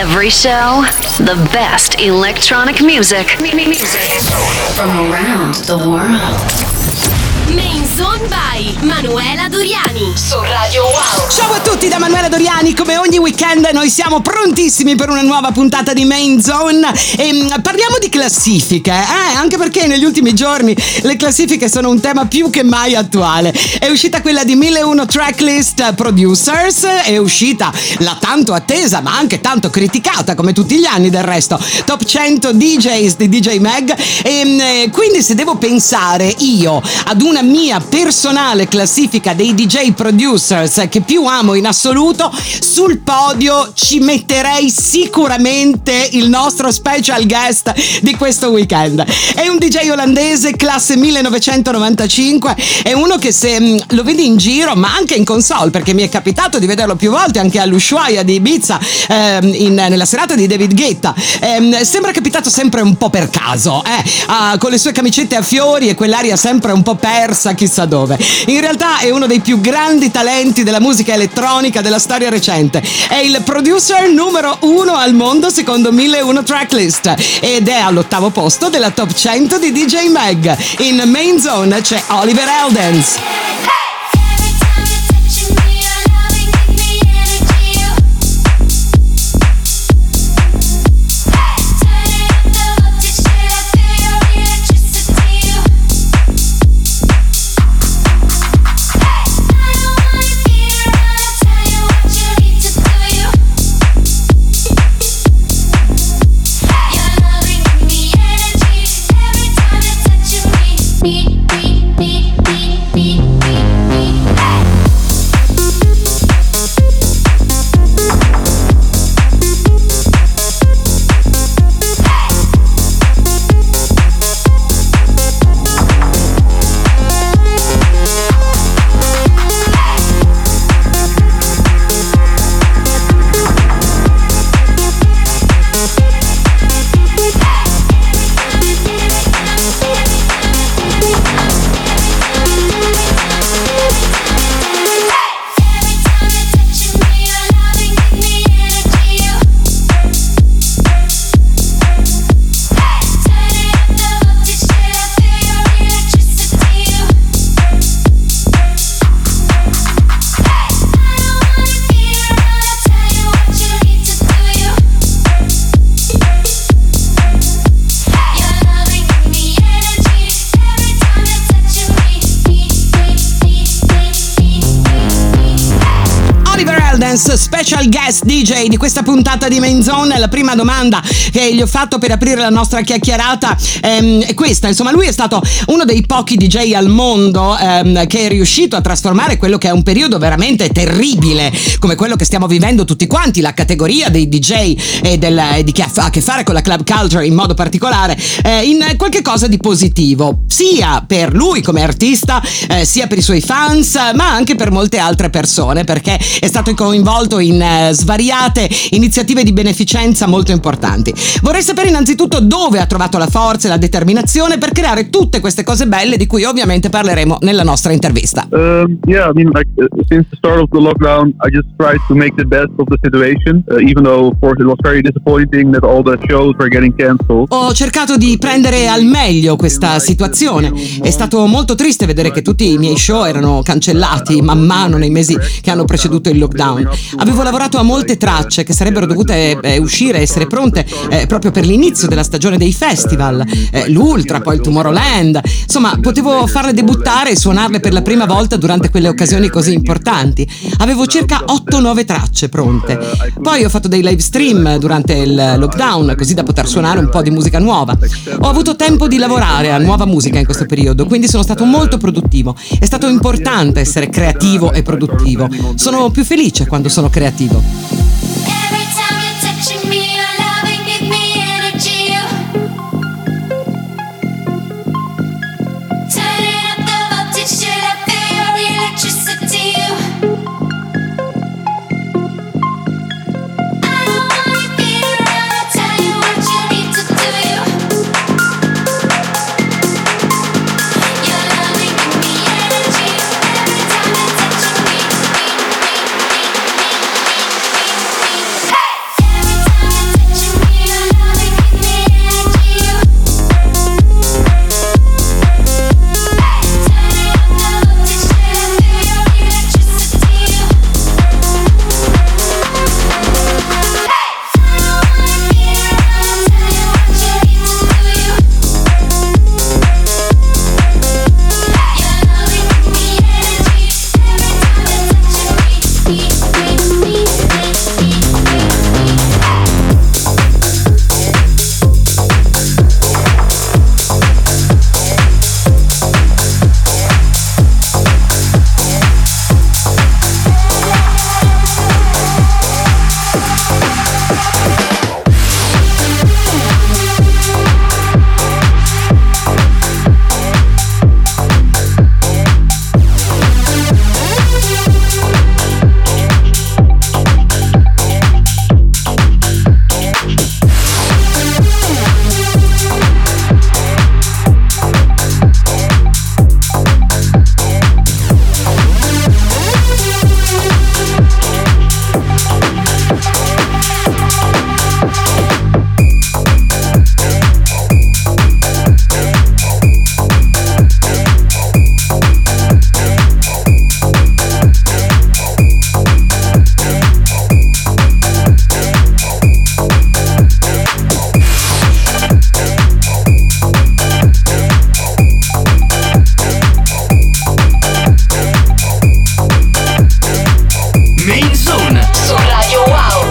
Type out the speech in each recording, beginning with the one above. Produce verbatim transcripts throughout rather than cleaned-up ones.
Every show, the best electronic music. Music from around the world. Main Zone by Manuela Doriani su Radio Wow. Ciao a tutti da Manuela Doriani, come ogni weekend noi siamo prontissimi per una nuova puntata di Main Zone e parliamo di classifiche, eh? Anche perché negli ultimi giorni le classifiche sono un tema più che mai attuale. È uscita quella di mille e uno Tracklist Producers, è uscita la tanto attesa ma anche tanto criticata, come tutti gli anni del resto, Top cento D Js di D J Mag, e quindi se devo pensare io ad una mia personale classifica dei D J producers che più amo in assoluto, sul podio ci metterei sicuramente il nostro special guest di questo weekend. È un D J olandese classe millenovecentonovantacinque, è uno che se lo vedi in giro ma anche in console, perché mi è capitato di vederlo più volte anche all'Ushuaia di Ibiza, ehm, in, nella serata di David Guetta, ehm, sembra capitato sempre un po' per caso, eh? ah, con le sue camicette a fiori e quell'aria sempre un po' persa chissà dove. In realtà è uno dei più grandi talenti della musica elettronica della storia recente. È il producer numero uno al mondo secondo mille e uno Tracklist ed è all'ottavo posto della Top cento di D J Mag. In Main Zone c'è Oliver Heldens. Special guest D J di questa puntata di Main Zone. La prima domanda che gli ho fatto per aprire la nostra chiacchierata ehm, è questa. Insomma, lui è stato uno dei pochi D J al mondo ehm, che è riuscito a trasformare quello che è un periodo veramente terribile come quello che stiamo vivendo tutti quanti, la categoria dei D J e del, di chi ha a che fare con la club culture in modo particolare, eh, in qualche cosa di positivo, sia per lui come artista, eh, sia per i suoi fans, ma anche per molte altre persone, perché è stato coinvolto in uh, svariate iniziative di beneficenza molto importanti. Vorrei sapere innanzitutto dove ha trovato la forza e la determinazione per creare tutte queste cose belle di cui ovviamente parleremo nella nostra intervista. Um, yeah, I mean, like uh, since the start of the lockdown, I just tried to make the best of the situation, uh, even though of course it was very disappointing that all the shows were getting cancelled. Ho cercato di prendere al meglio questa situazione. È stato molto triste vedere che tutti i miei show erano cancellati man mano nei mesi che hanno preceduto il lockdown. Avevo lavorato a molte tracce che sarebbero dovute eh, uscire, essere pronte eh, proprio per l'inizio della stagione dei festival, eh, l'Ultra, poi il Tomorrowland. Insomma, potevo farle debuttare e suonarle per la prima volta durante quelle occasioni così importanti. Avevo circa otto nove tracce pronte. Poi ho fatto dei live stream durante il lockdown, così da poter suonare un po' di musica nuova. Ho avuto tempo di lavorare a nuova musica in questo periodo, quindi sono stato molto produttivo. È stato importante essere creativo e produttivo. Sono più felice quando sono creativo. Main Zone su Radio Wow.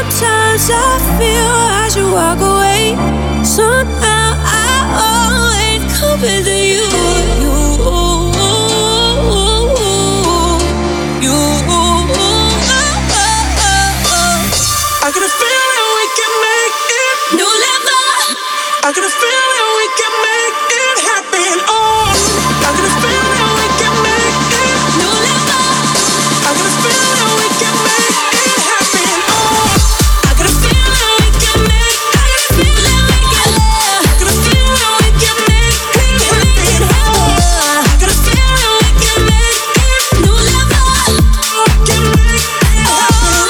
Sometimes I feel I should walk away. Somehow I always come back to you. You, you. I got a feeling we can make it new level. I got a feeling we can make it happen. Oh, I got a feeling we can make it new level. I got a feeling we can make it happen. Oh, I got a feeling we can make. I got a feeling we can. I got a feeling we can make it happen. Oh, I got a feeling we can make it new level. We can make it happen.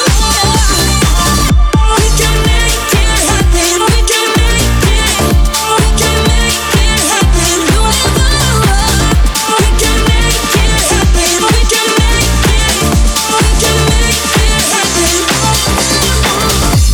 We can make it happen. We can make it. We can make it happen. New level. We can make it happen. We can make it. We can make it happen.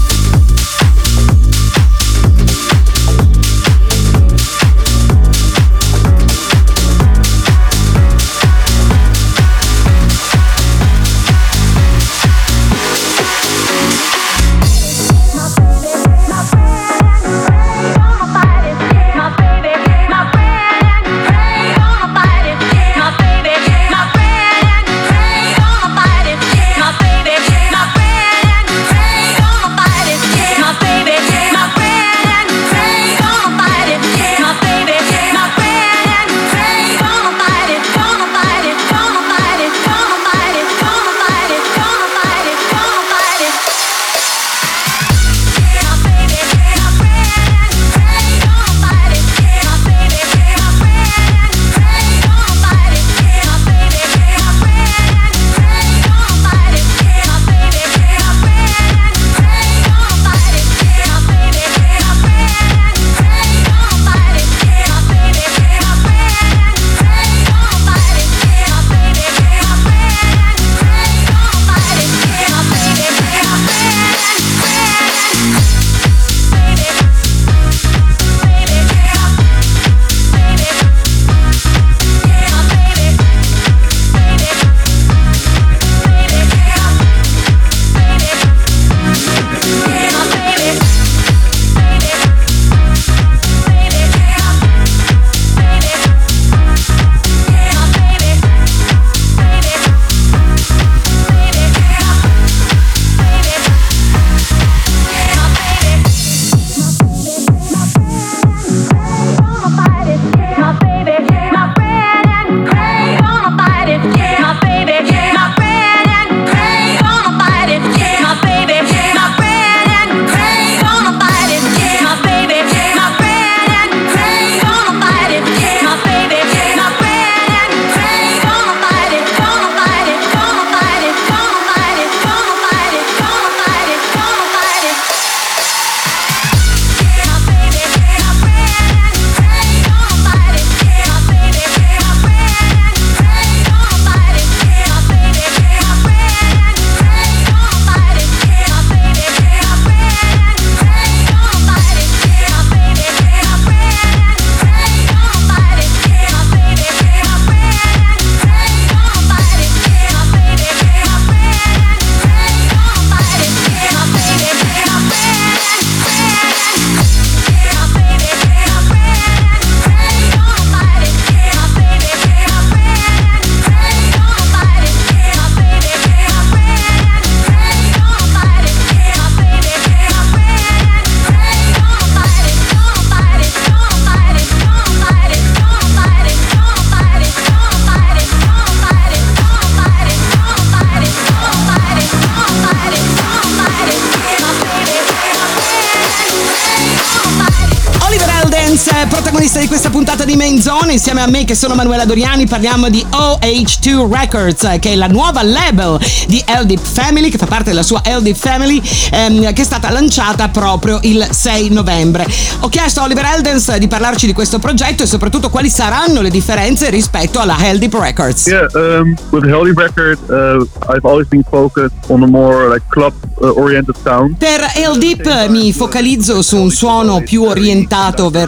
Protagonista di questa puntata di Main Zone, insieme a me che sono Manuela Doriani, parliamo di O H due Records, che è la nuova label di L Deep Family, che fa parte della sua L Deep Family, ehm, che è stata lanciata proprio il sei novembre. Ho chiesto a Oliver Heldens di parlarci di questo progetto e soprattutto quali saranno le differenze rispetto alla L Deep Records. Yeah, um, with L Deep Records, uh, I've always been focused on a more like club-oriented sound. Per L Deep mi focalizzo su un suono più orientato verso il club,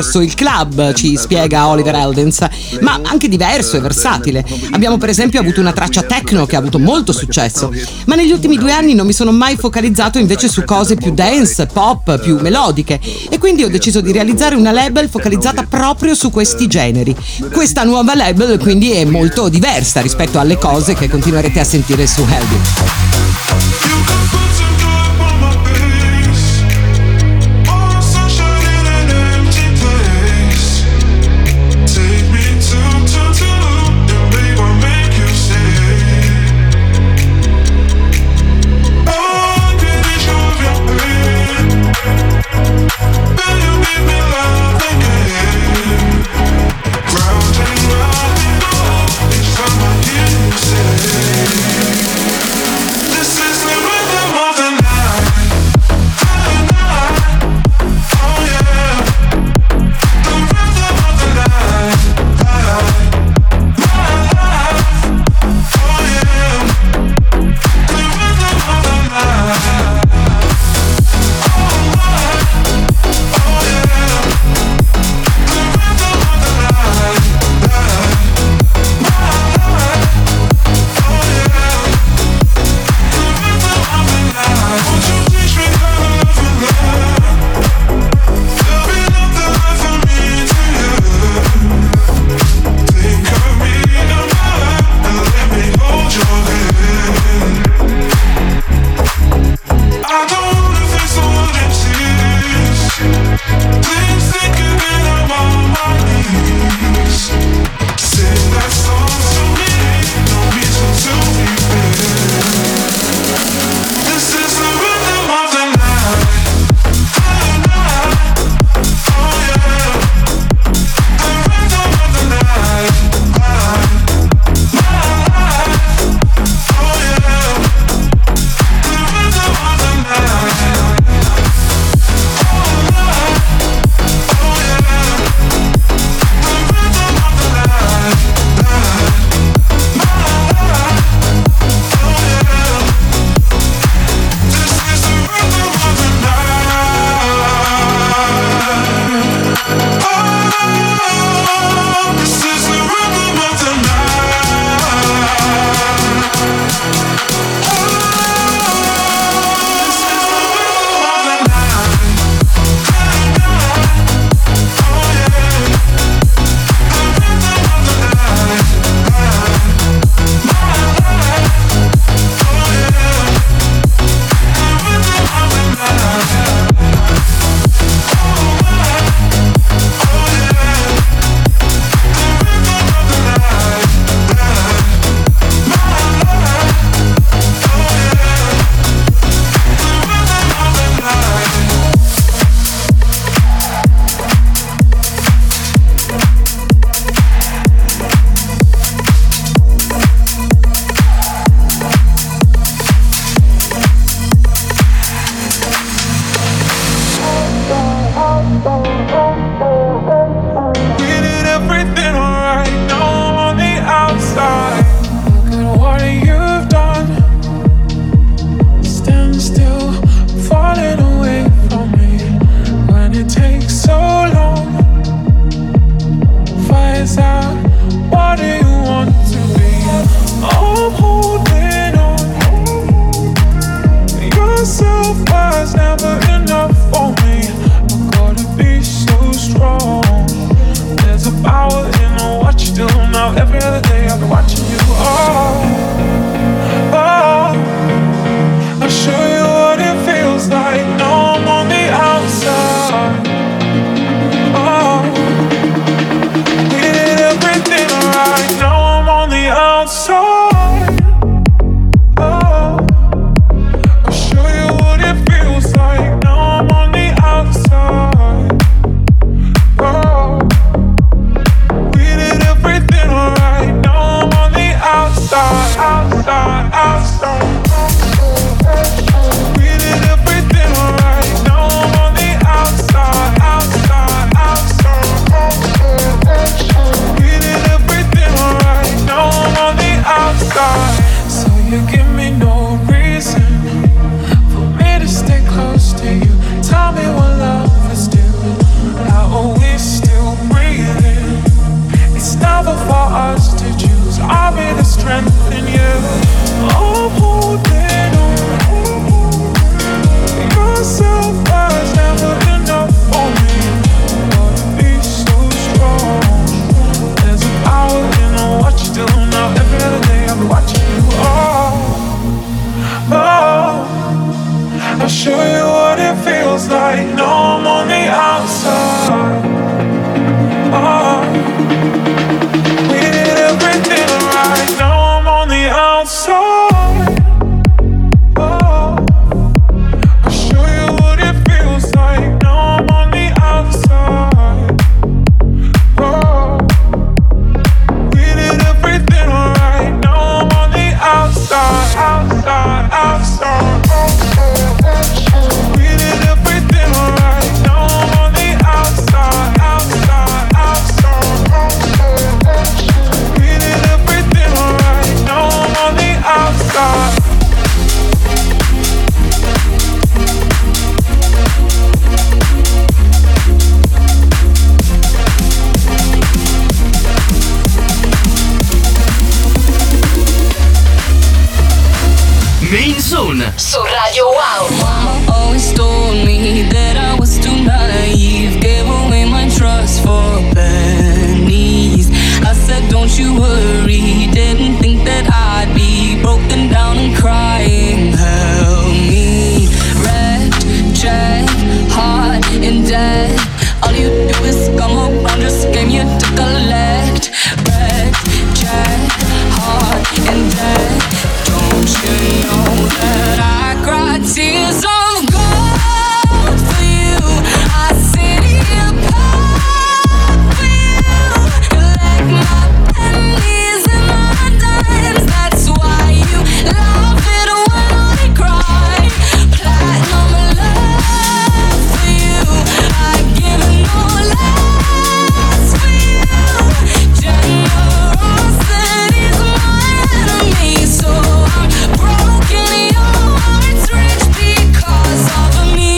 club, ci spiega Oliver Heldens, ma anche diverso e versatile. Abbiamo per esempio avuto una traccia techno che ha avuto molto successo, ma negli ultimi due anni non mi sono mai focalizzato invece su cose più dance, pop, più melodiche, e quindi ho deciso di realizzare una label focalizzata proprio su questi generi. Questa nuova label quindi è molto diversa rispetto alle cose che continuerete a sentire su Helby. This is the rhythm. feels like. No, I'm on the outside. Oh, we did everything right. Now I'm on the outside. Oh, I'll show you what it feels like. Now I'm on the outside. Oh, we did everything right. Now I'm on the outside, outside, outside. We did everything right. Now I'm on the outside, outside, outside. We did everything right. Now I'm on the outside. Main Zone Su Radio Wow. Mama always told me that I was too naive. Gave away my trust for pennies. I said, don't you worry. Didn't think that I'd be broken down and crying. Help me. Wrecked, check, heart in debt. All you do is come around, just came here to collect. Wrecked, check, heart in debt. Don't you know that I cried tears of gold for you? I sit here proud for you. Collect my pennies and my dimes. That's why you love it when I cry. Platinum love for you. I give no less for you. Generosity's my enemy, so I'm broken, your heart's rich because of me.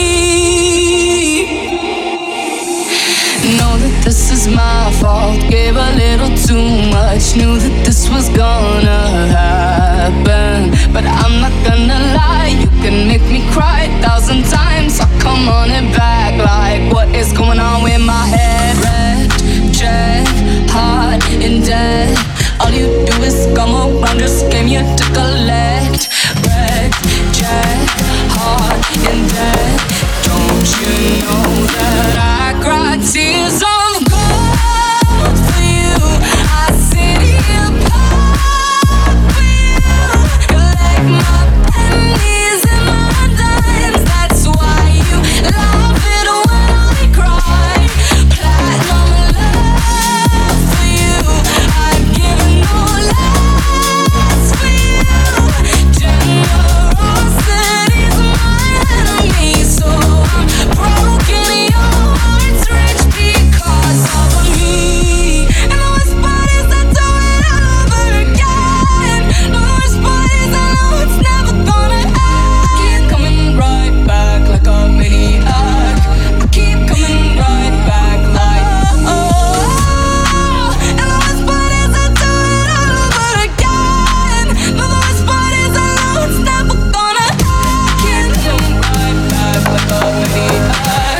Know that this is my fault, gave a little too much. Knew that this was gonna happen, but I'm not gonna lie. You can make me cry a thousand times. I'll come on it back like what is going on with my head. Wrecked, check, heart in debt. All you do is come around, just came here to collect. Wrecked, check, heart in debt. Don't you know that I cried tears of gold for you? I sit here proud for you. Collect my pennies and my dimes. That's why you love it when I cry. Platinum love for you. I give no less for you. Generosity's my enemy, so I'm broken, your heart's rich because of me. And the worst part is I do it all over again. The worst part is I know it's never gonna end. I keep coming right back like a maniac. I keep coming right back like oh, oh. And the worst part is I do it all over again. But the worst part is I know it's never gonna end. I keep coming right back like a maniac.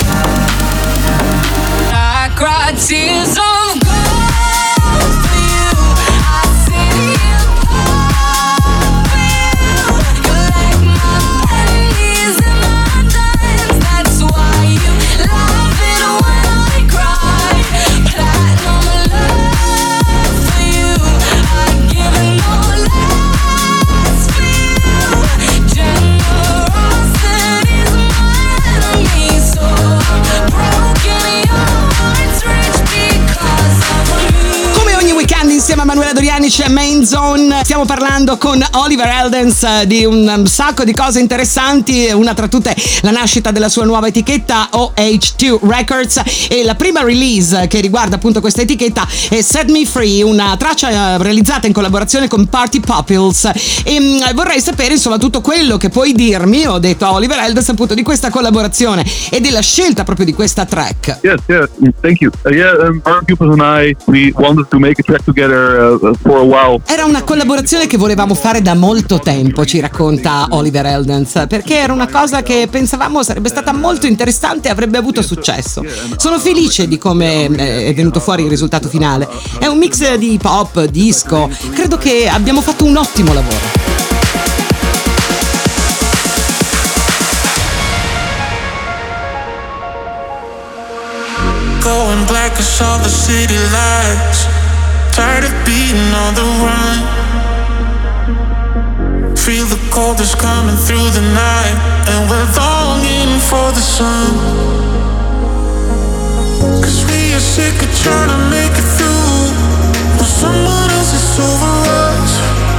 I cried tears of gold for you. I sit here proud for you. Collect my pennies and my dimes. That's why you love it when I cry. Platinum love for you. I give no less for you. Generosity's my enemy, so I'm broken, your heart's rich because of me. Come ogni weekend insieme a Manuela Doriani c'è Main Zone. Stiamo parlando con Oliver Heldens di un um, sacco di cose interessanti, una tra tutte la nascita della sua nuova etichetta O H due Records, e la prima release che riguarda appunto questa etichetta è Set Me Free, una traccia realizzata in collaborazione con Party Popils. E um, vorrei sapere insomma tutto quello che puoi dirmi, ho detto a Oliver Heldens, appunto di questa collaborazione e della scelta proprio di questa track. Yes, yeah, thank you. Uh, yeah, um, Party Popils and I, we wanted to make a track together uh, for a while. Era una collaborazione che volevamo fare da molto tempo, ci racconta Oliver Heldens, perché era una cosa che pensavamo sarebbe stata molto interessante e avrebbe avuto successo. Sono felice di come è venuto fuori il risultato finale. È un mix di pop, disco. Credo che abbiamo fatto un ottimo lavoro. city lights. Tired of being on the run. Feel the cold is coming through the night, and we're longing for the sun. Cause we are sick of trying to make it through when someone else is over us.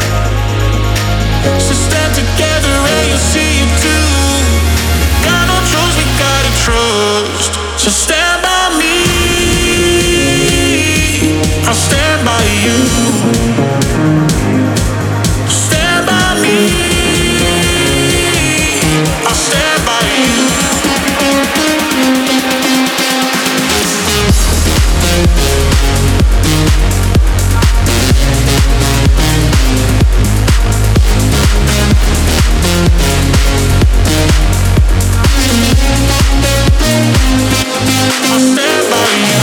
So stand together and you'll see it too. Got no choice, we gotta trust. So stand by me, I'll stand by you. Stand by me, I'll stand by you. I'll stand by you.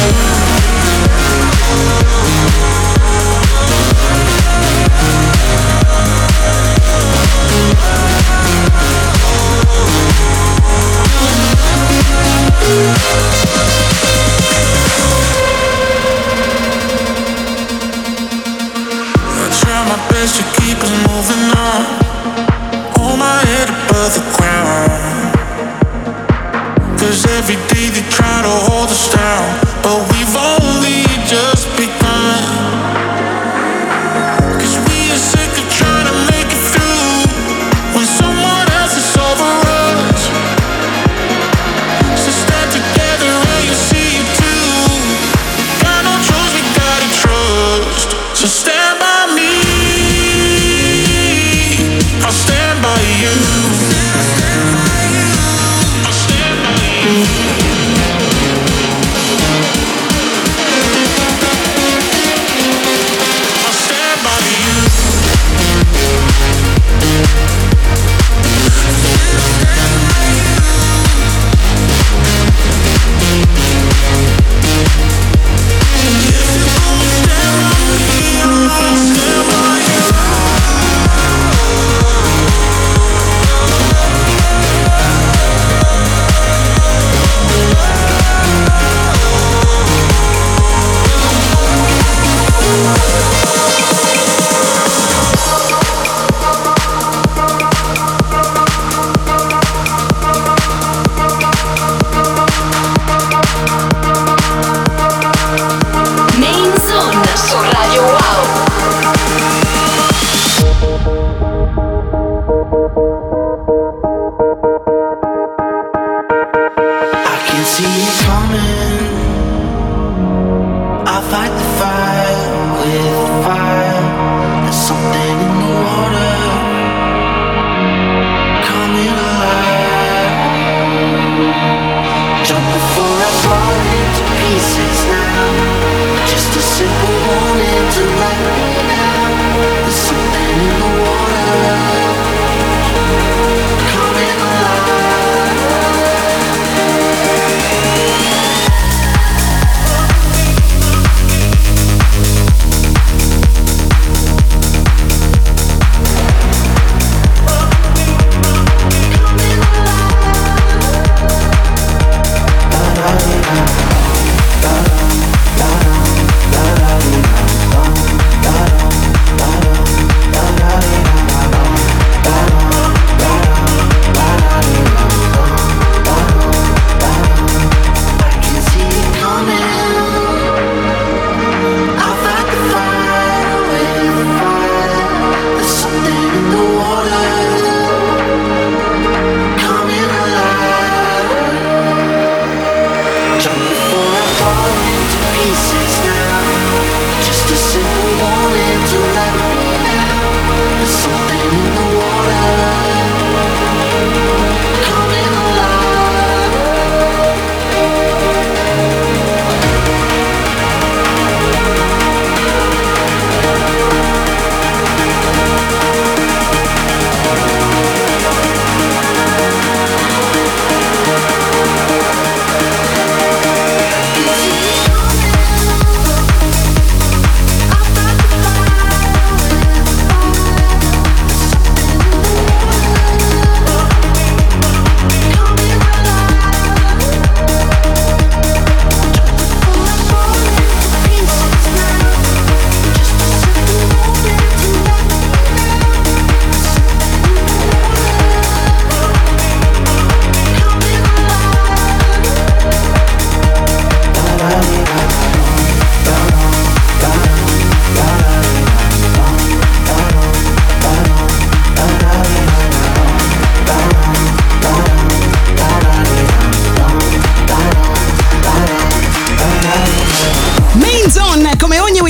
I try my best to keep us moving on. Hold my head above the ground. Cause every day they try to hold us down, but we've only just begun. Cause we are sick of trying to make it through when someone else is over us. So stand together and you see it too. Got no choice, we gotta trust. So stand by me, I'll stand by you. I'll stand by you. I'll stand by you. If you're gonna stand by me, I'll stand by you.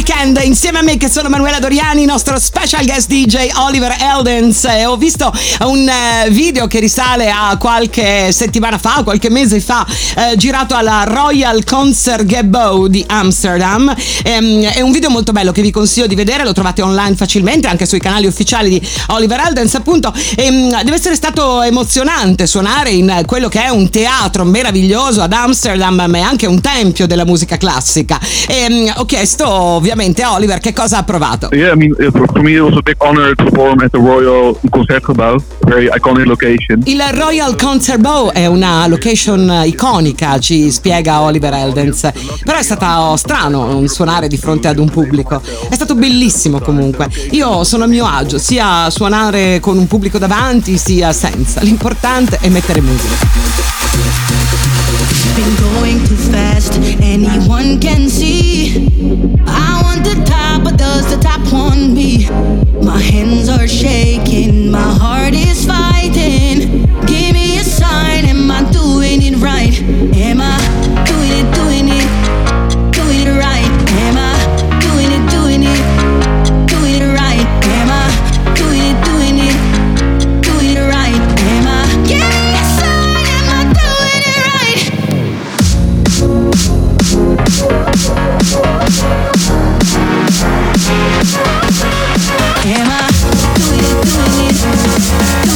Weekend insieme a me che sono Manuela Doriani, nostro special guest D J Oliver Eldens. E ho visto un eh, video che risale a qualche settimana fa, qualche mese fa, eh, girato alla Royal Concertgebouw di Amsterdam. Ehm, è un video molto bello che vi consiglio di vedere, lo trovate online facilmente anche sui canali ufficiali di Oliver Eldens, appunto. Ehm, deve essere stato emozionante suonare in quello che è un teatro meraviglioso ad Amsterdam, ma è anche un tempio della musica classica. E ho chiesto ovviamente a Oliver che cosa ha provato. Yeah, I mean, for me it was a big honor to perform at the Royal Concertgebouw, a very iconic location. Il Royal Concertgebouw è una location iconica, ci spiega Oliver Eldens, però è stato strano suonare di fronte ad un pubblico. È stato bellissimo comunque. Io sono a mio agio, sia suonare con un pubblico davanti sia senza. L'importante è mettere musica. Been going too fast, anyone can see. I want the top, but does the top want me? My hands are shaking, my heart is fighting. Give me a sign, am I doing it right? Am I doing it, doing it, doing it right? Am I doing it, doing it, doing it right? Am I doing it, doing it, doing it right? Am I? Give me a sign, am I doing it right? Am I doing it, doing it, doing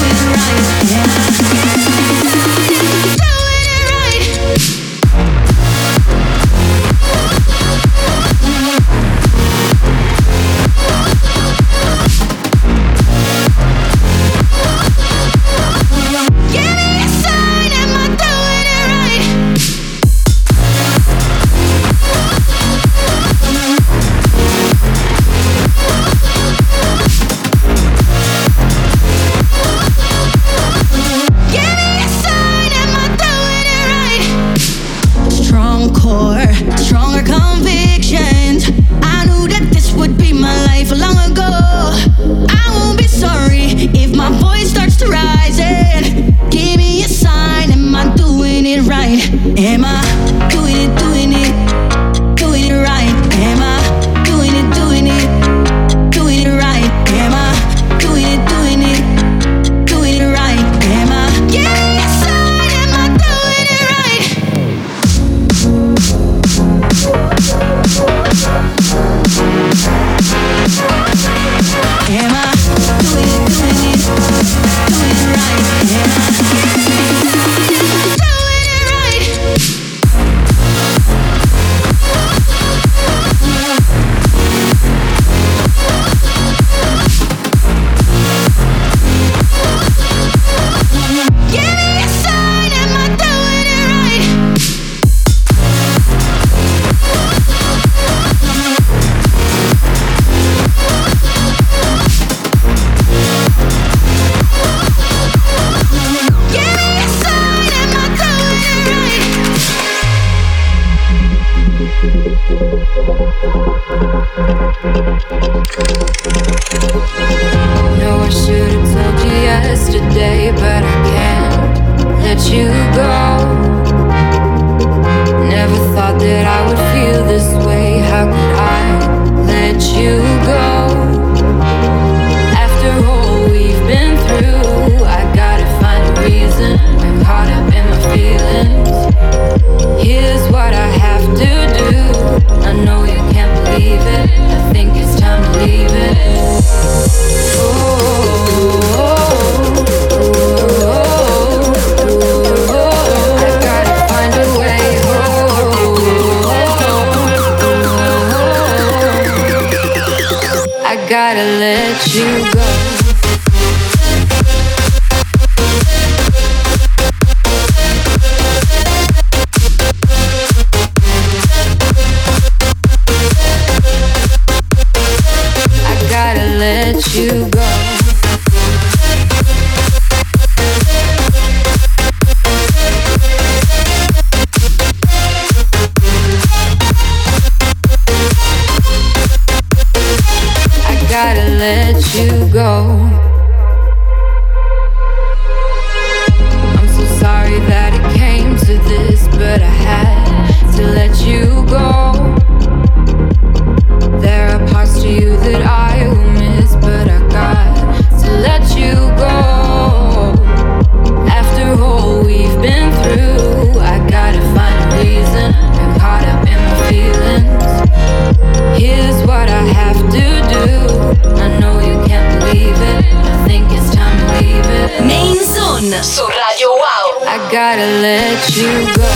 Zone su Radio Wow. I gotta let you go.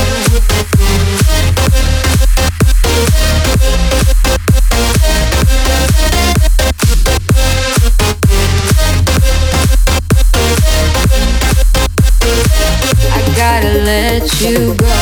I gotta let you go.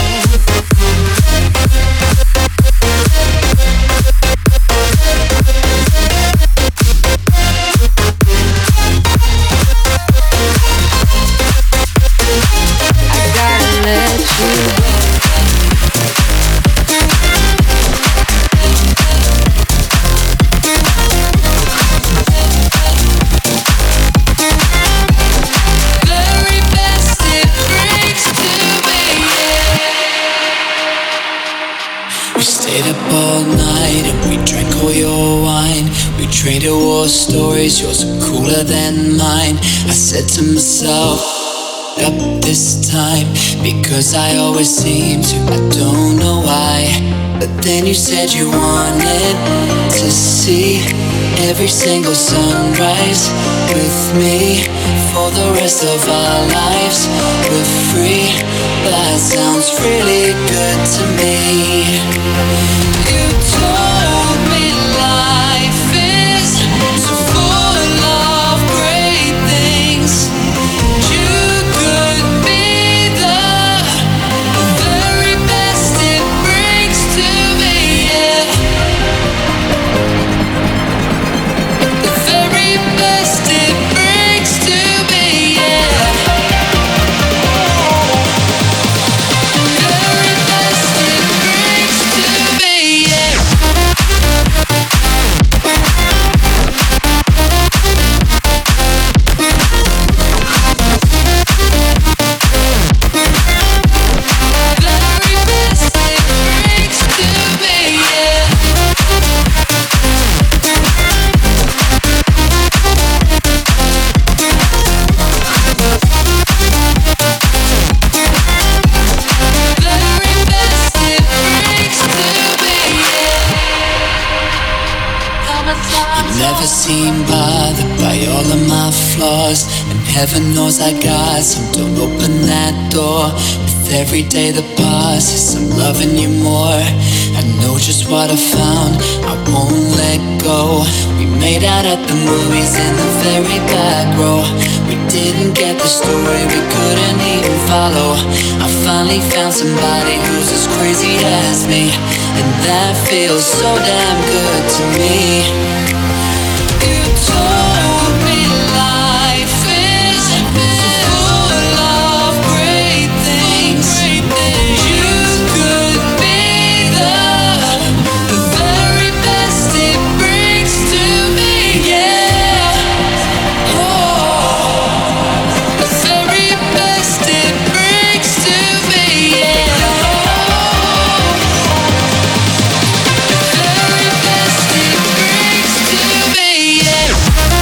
Traded war stories, yours are cooler than mine. I said to myself, up this time, because I always seem to, I don't know why. But then you said you wanted to see every single sunrise with me for the rest of our lives. We're free, that sounds really good to me. You told me life is so full of great things. You could be the very best it brings to me, yeah. The very best it brings to me, yeah. Very best it brings to me, yeah. Never seem bothered by all of my flaws, and heaven knows I got some. Don't open that door. With every day that passes, I'm loving you more. I know just what I found, I won't let go. We made out at the movies in the very back row. We didn't get the story, we couldn't even follow. I finally found somebody who's as crazy as me, and that feels so damn good to me. You told me life is full of great things. You could be the, the very best it brings to me, yeah. Oh, the very best it brings to me, yeah. The very best it brings to me, yeah.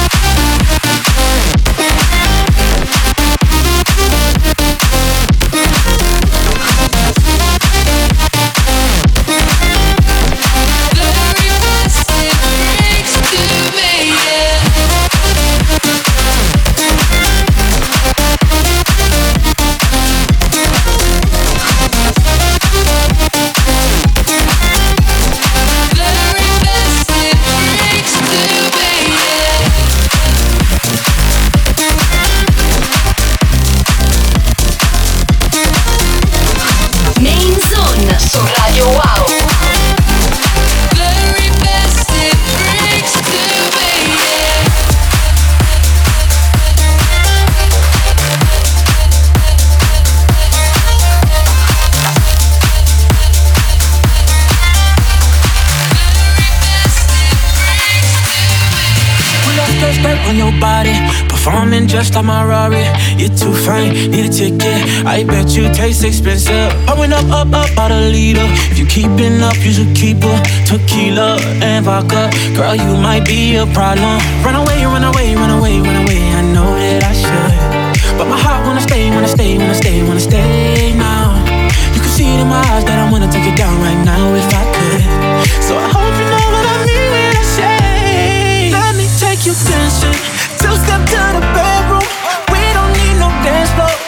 Main Zone su Radio Wow. Very best it brings to me, yeah. Pull up skirt, skirt on your body, performing just like my Rari. You're too fine, need a ticket. I bet you taste expensive. Pouring up, up, up, out a liter. If you keeping up, you should keep a tequila and vodka. Girl, you might be a problem. Run away, run away, run away, run away. I know that I should, but my heart wanna stay, wanna stay, wanna stay, wanna stay now. You can see it in my eyes that I wanna take it down right now if I could. So I hope you know what I mean when I say, let me take you dancing. Two step to the bedroom. We don't need no dance floor.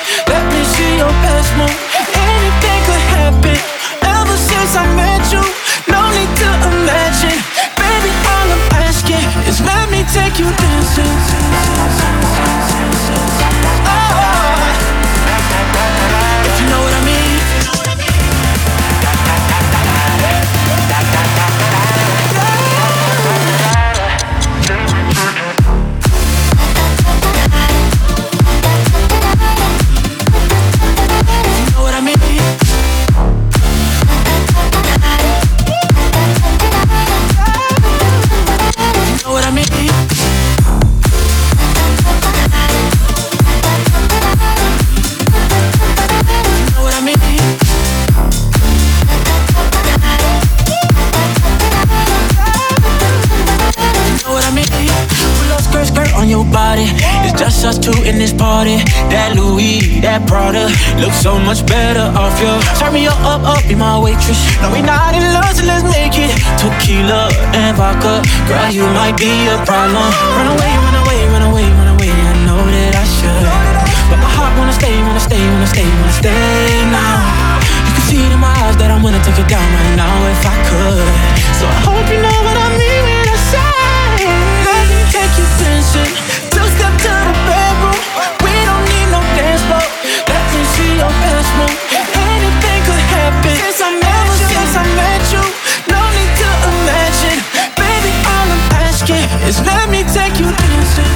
bought it. That Louis, that Prada, looks so much better off you. Turn me up, up, up, be my waitress. No, we not in love, so let's make it. Tequila and vodka, girl, you might be a problem. Run away, run away, run away, run away. I know that I should, but my heart wanna stay, wanna stay, wanna stay, wanna stay now. You can see it in my eyes that I'm gonna take it down right now if I could. So I hope you know what I mean when I say, let me take you dancing. Two step to the bedroom, we don't need no dance floor. Let me see your best move. Anything could happen since I met you, since I met you. No need to imagine, baby, all I'm asking is let me take you dancing.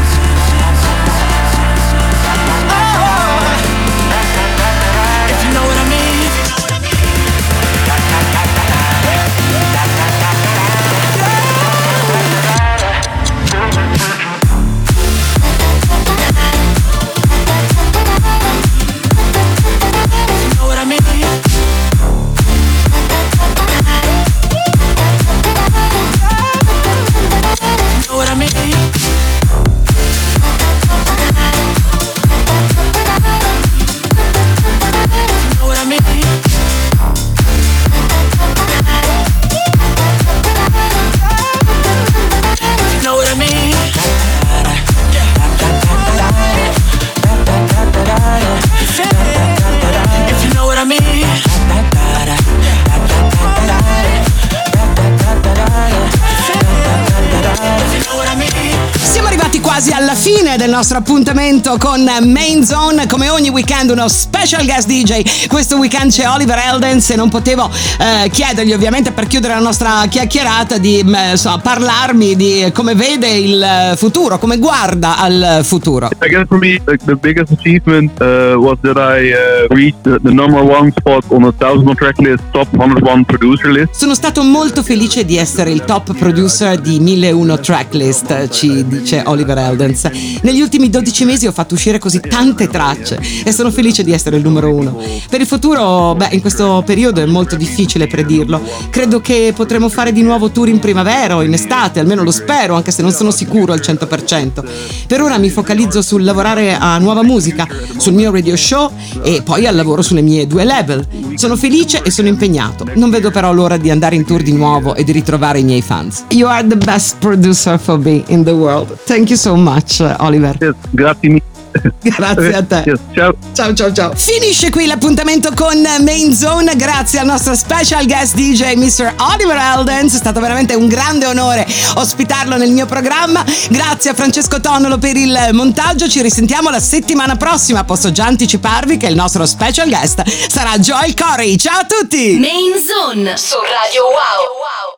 Oh, if you know what I mean. Quasi alla fine del nostro appuntamento con Main Zone. Come ogni weekend uno special guest D J. Questo weekend c'è Oliver Heldens e non potevo eh, chiedergli, ovviamente, per chiudere la nostra chiacchierata, di eh, insomma, parlarmi di come vede il futuro, come guarda al futuro. I guess for me like, the biggest achievement uh, was that I uh, reached the, the number one spot on the thousand track list, top centouno producer list. Sono stato molto felice di essere il top producer di mille e uno tracklist, ci dice Oliver Heldens. Negli ultimi dodici mesi ho fatto uscire così tante tracce e sono felice di essere il numero uno. Per il futuro, beh, in questo periodo è molto difficile predirlo. Credo che potremo fare di nuovo tour in primavera o in estate, almeno lo spero, anche se non sono sicuro al cento per cento. Per ora mi focalizzo sul lavorare a nuova musica, sul mio radio show e poi al lavoro sulle mie due label. Sono felice e sono impegnato. Non vedo però l'ora di andare in tour di nuovo e di ritrovare i miei fans. You are the best producer for me in the world. Thank you so much, Oliver. Yes, grazie mille. Grazie a te. Yes, ciao. Ciao ciao ciao. Finisce qui l'appuntamento con Main Zone. Grazie al nostro special guest D J mister Oliver Heldens. È stato veramente un grande onore ospitarlo nel mio programma. Grazie a Francesco Tonnolo per il montaggio. Ci risentiamo la settimana prossima. Posso già anticiparvi che il nostro special guest sarà Joel Corey. Ciao a tutti. Main Zone su Radio Wow.